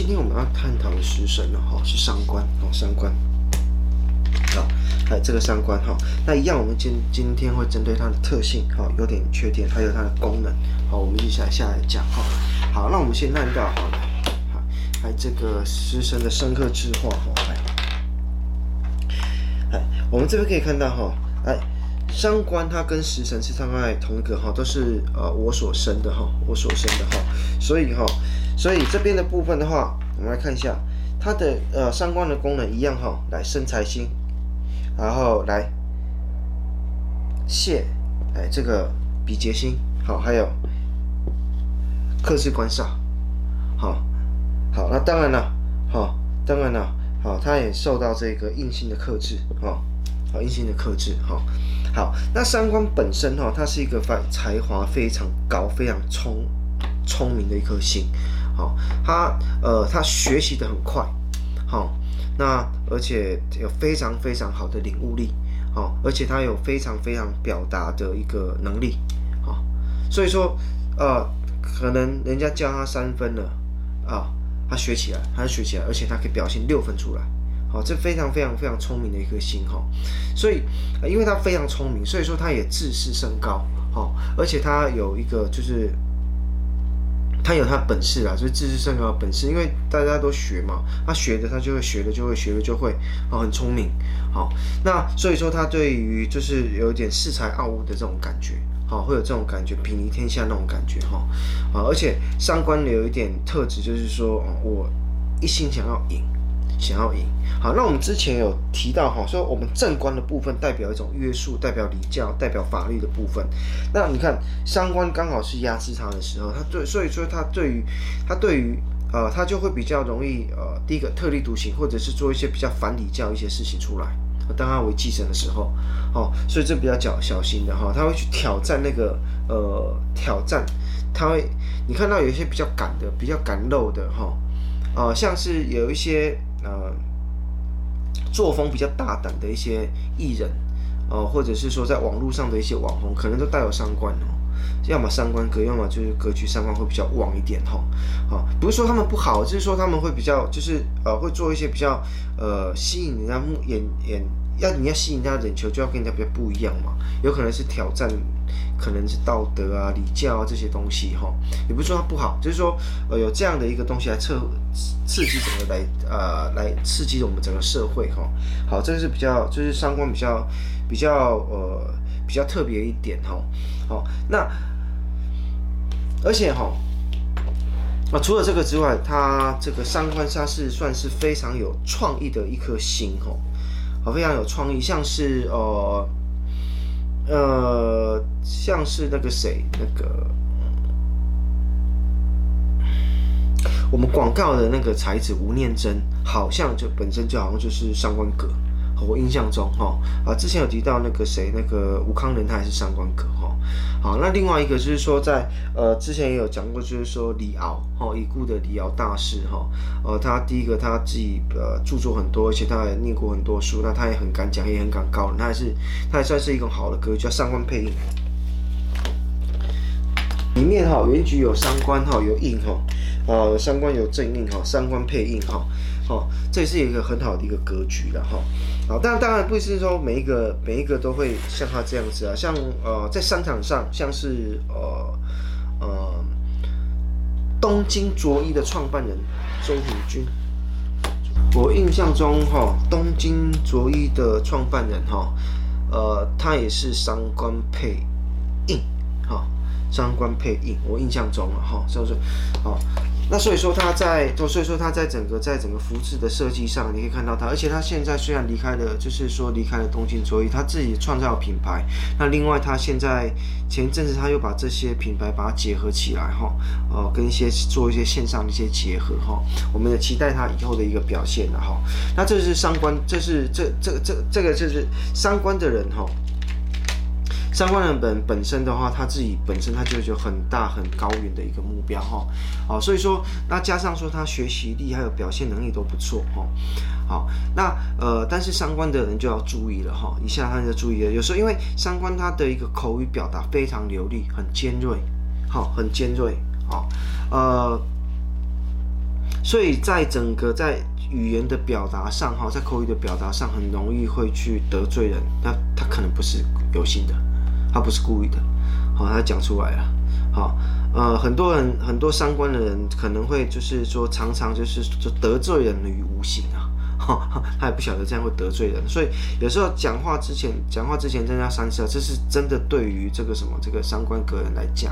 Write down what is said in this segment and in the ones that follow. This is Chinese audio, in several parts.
天我们要探讨的食神呢，是伤官，伤官。好，这个伤官，那一样，我们今天会针对它的特性，优点、缺点，还有它的功能，我们一起下来讲，好，那我们先看到，来这个食神的生克制化，我们这边可以看到，伤官它跟食神是大概同一个，都是我所生的，所以这边的部分的话，我们来看一下它的伤官的功能一样，来生财星，然后来泄这个比劫星，还有克制官煞，好，那当然了，它也受到这个印星的克制，印星的克制，好，那伤官本身它是一个才华非常高、非常聪明的一颗星，它学习得很快，那而且有非常非常好的领悟力，而且它有非常非常表达的一个能力，所以说可能人家教他3分了，他学起来，而且他可以表现6分出来。这非常非常非常聪明的一颗星，所以因为他非常聪明，所以说他也自视甚高，而且他有一个就是他有他本事啦，就是自视甚高的本事，因为大家都学嘛，他学的他就会，学了就会，很聪明，那所以说他对于就是有点恃才傲物的这种感觉，会有这种感觉，睥睨天下那种感觉，而且伤官有一点特质，就是说我一心想要赢。好，那我们之前有提到说我们正官的部分代表一种约束，代表礼教，代表法律的部分。那你看伤官刚好是压制他的时候，所以说他对于他就会比较容易第一个特立独行，或者是做一些比较反礼教一些事情出来。当他为忌神的时候，所以这比较小心的他会去挑战那个他会你看到有一些比较敢露的像是有一些作风比较大胆的一些艺人，或者是说在网络上的一些网红，可能都带有伤官要么伤官格，要么就是格局伤官会比较旺一点不是说他们不好，就是说他们会比较就是会做一些比较吸引人家你要吸引人家眼球，就要跟人家比较不一样嘛，有可能是挑战，可能是道德啊、礼教啊这些东西也不是说它不好，就是说有这样的一个东西来刺激整个来刺激我们整个社会好，这个是比较就是伤官比较特别一点那而且除了这个之外，它这个伤官它是算是非常有创意的一颗星非常有创意，像是像是那个谁，我们广告的那个才子吴念真，好像本身就好像就是伤官格，我印象中之前有提到那个谁，那个吴康仁他也是伤官格好，那另外一个就是说在之前也有讲过，就是说李敖已故的李敖大师他第一个他自己著作很多，而且他也念过很多书，那他也很敢讲，也很敢高人，他也算是一种好的格局，叫伤官配印。里面原局有伤官有印有伤官有正印伤官配印这也是一个很好的一个格局了当然不是说每一个都会像他这样子啊，像在商场上，像是东京着衣的创办人周虎君，我印象中东京着衣的创办人他也是伤官配印伤官配印，我印象中了那所以说他在整个服饰的设计上，你可以看到他，而且他现在虽然离开了东京着衣，他自己创造品牌。那另外他现在前一阵子他又把这些品牌把它结合起来跟做一些线上的一些结合我们也期待他以后的一个表现了那这是伤官，这个就是伤官的人伤官人本身的话，他自己本身他就有很大很高远的一个目标所以说那加上说他学习力还有表现能力都不错好，那但是伤官的人就要注意了以下他就注意了，有时候因为伤官他的一个口语表达非常流利，很尖锐很尖锐所以在整个在语言的表达上哈，在口语的表达上，很容易会去得罪人。他可能不是有心的，他不是故意的，好，他讲出来了，好，很多伤官的人可能会就是说常常就是说得罪人于无形啊。他也不晓得这样会得罪人，所以有时候讲话之前真的要三思啊，这是真的对于这个伤官格人来讲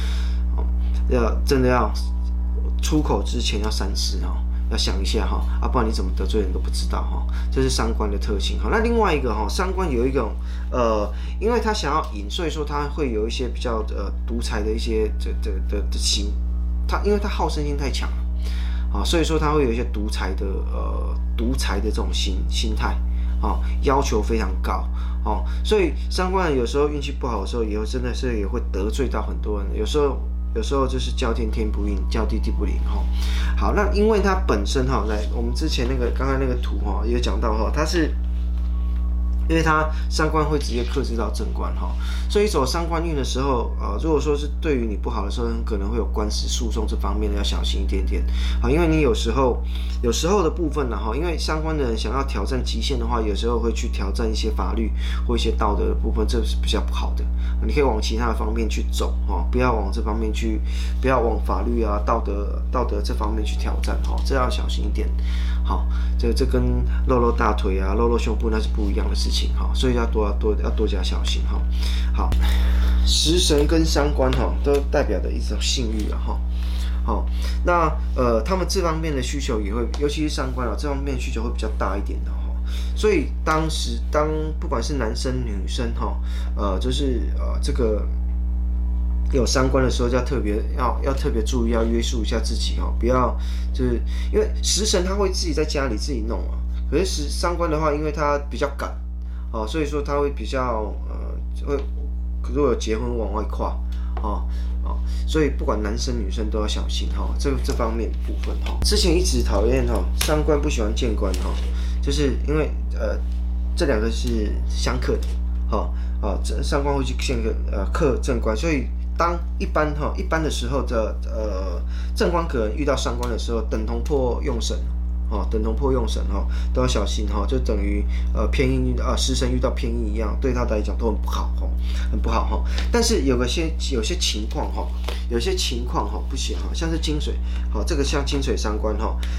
真的要出口之前要三思要想一下不然你怎么得罪人都不知道这是伤官的特性那另外一个伤官有一种因为他想要赢，所以说他会有一些比较独裁的一些的心，因为他好胜心太强了所以说他会有一些独裁的这种心态要求非常高所以伤官人有时候运气不好的时候，真的是也会得罪到很多人，有时候就是叫天天不应，叫地地不灵好，那因为它本身来我们之前刚才那个图也讲到它是因为它伤官会直接克制到正官所以走伤官运的时候如果说是对于你不好的时候，可能会有官司诉讼这方面的要小心一点点因为你有时候的部分因为伤官的人想要挑战极限的话，有时候会去挑战一些法律或一些道德的部分，这是比较不好的。你可以往其他的方面去走不要往这方面去，不要往法律啊道德这方面去挑战这要小心一点这跟露大腿啊露胸部那是不一样的事情所以要多加小心好，食神跟伤官都代表的一种性欲那他们这方面的需求也会，尤其是伤官这方面的需求会比较大一点的所以当不管是男生女生就是这个有伤官的时候，就要特别注意，要约束一下自己不要就是因为食神他会自己在家里自己弄可是伤官的话，因为他比较赶所以说他会比较如果有结婚往外跨所以不管男生女生都要小心这方面的部分之前一直讨厌伤官不喜欢见官就是因为这两个是相克的伤官会去克正官，所以当一般的时候的正官格人遇到伤官的时候，等同破用神都要小心就等于偏印食神遇到偏印一样，对他来讲都很不好但是有些情况不行像是金水这个像金水伤官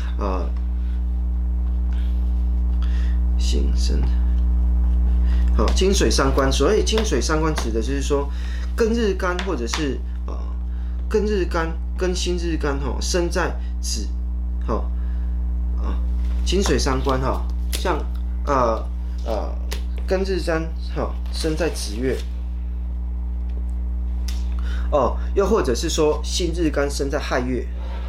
行神金水伤官，所以金水伤官指的就是说庚日干或者是庚日干跟辛日干生在子金水伤官像庚日干生在子月又或者是说辛日干生在亥月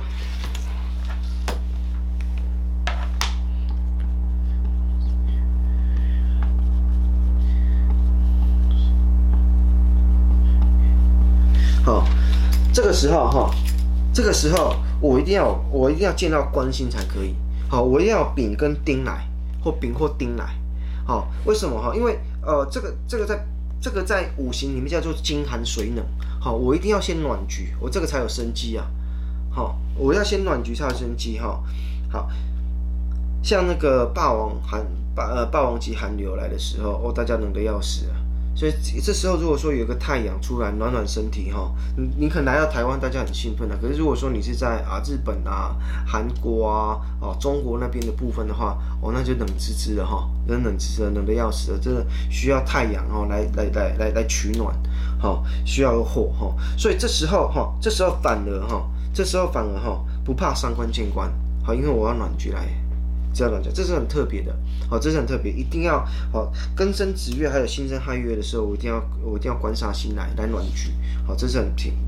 这个时候我一定要见到官星才可以我一定要丙跟丁来，或丙或丁来为什么因为这个在五行里面叫做金寒水冷我一定要先暖局，我这个才有生机我要先暖局才有生机好，像那个霸王级寒流来的时候大家冷得要死所以这时候如果说有一个太阳出来暖身体你可能来到台湾大家很兴奋可是如果说你是在日本韩国中国那边的部分的话那就冷滋滋的冷滋滋的，冷得要死的，真的需要太阳来取暖需要有火所以这时候反而不怕伤官见官因为我要暖局来这样讲，这是很特别的这是很特别，一定要庚申子月还有辛申亥月的时候，我一定要官煞星来暖局这是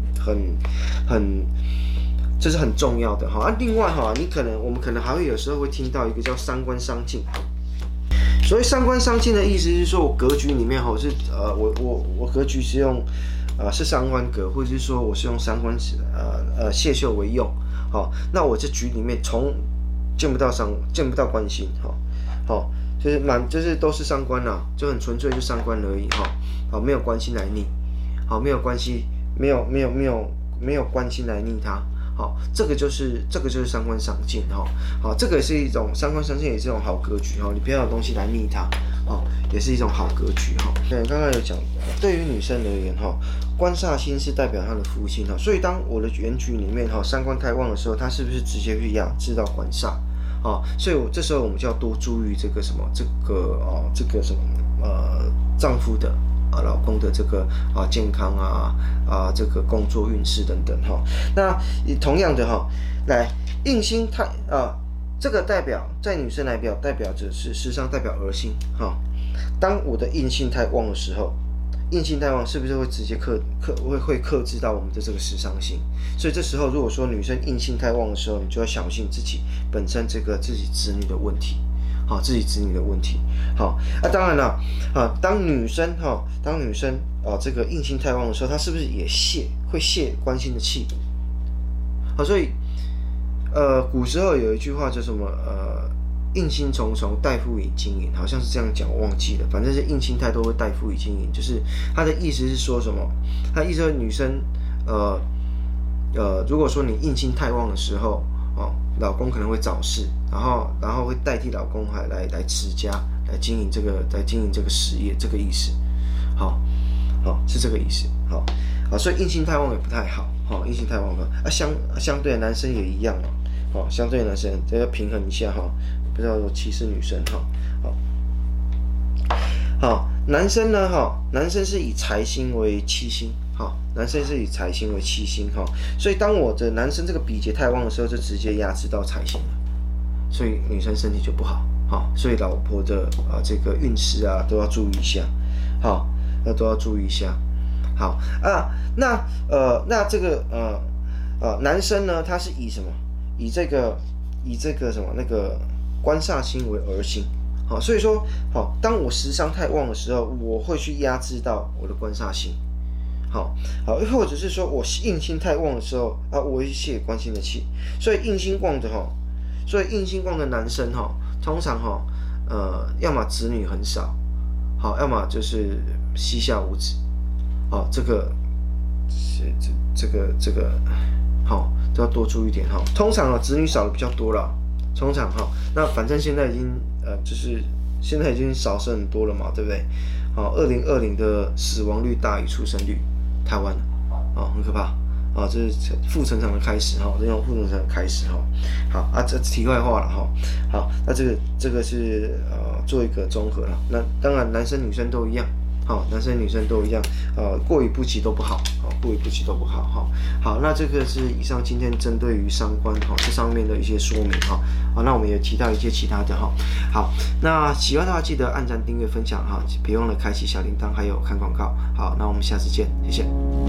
这是很重要的另外我们可能还会有时候会听到一个叫伤官伤尽。所谓伤官伤尽的意思是说，我格局里面是我格局是用是伤官格，或者是说我是用伤官泄秀为用那我这局里面从见不到官星就是都是伤官就很纯粹就伤官而已没有官星来逆没有关系，没有关系来逆它好，这个就是三观上进哈，好，这个也是一种三观上进，也是一种好格局哈，你不要有东西来逆它，哦，也是一种好格局哈。对，刚刚有讲，对于女生而言哈，官煞星是代表她的夫星哈，所以当我的原局里面哈三观太旺的时候，她是不是直接去压制到官煞？所以这时候我们就要多注意这个什么，这个什么丈夫的。老公的这个健康这个工作运势等等哈。那同样的哈，来印星太这个代表在女生来代表着是事实上代表儿星哈。当我的印星太旺的时候，印星太旺是不是会直接会克制到我们的这个食伤星？所以这时候如果说女生印星太旺的时候，你就要小心自己本身这个自己子女的问题。好，自己子女的问题。好，当然了，当女生这个印星太旺的时候，她是不是也会泄官星的气？好，所以古时候有一句话叫什么？印星重重，代父以金银，好像是这样讲，我忘记了。反正是印星太多会代父以金银，就是他的意思是说什么？他意思说女生如果说你印星太旺的时候，老公可能会早逝，然后会代替老公来持家，来经营这个事业，这个意思。好，是这个意思。好，所以印星太旺也不太好。印星太旺相对的男生也一样嘛。相对的男生这要平衡一下哈，不要有歧视女生哈。好，男生呢男生是以财星为七星。男生是以财星为七星所以当我的男生这个比劫太旺的时候，就直接压制到财星了，所以女生身体就不好。所以老婆的这个运势都要注意一下。都要注意一下。好那这个男生呢，他是以什么？以这个什么那个官煞星为儿星。所以说当我食伤太旺的时候，我会去压制到我的官煞星。好，或者是说我印星太旺的时候我会泄官星的气，所以印星旺的男生通常要么子女很少，要么就是膝下无子，这个都要多注意一点通常子女少的比较多了，通常那反正现在已经就是现在已经少生很多了嘛，对不对？2020的死亡率大于出生率。台湾很可怕这是负成长的开始这种负成长的开始好这题外话了好，那这个是做一个综合了。那当然男生女生都一样男生女生都一样过于不及都不好过于不及都不好好，那这个是以上今天针对于三观这上面的一些说明那我们也提到一些其他的好，那喜欢的话记得按赞订阅分享别忘了开启小铃铛还有看广告。好，那我们下次见，谢谢。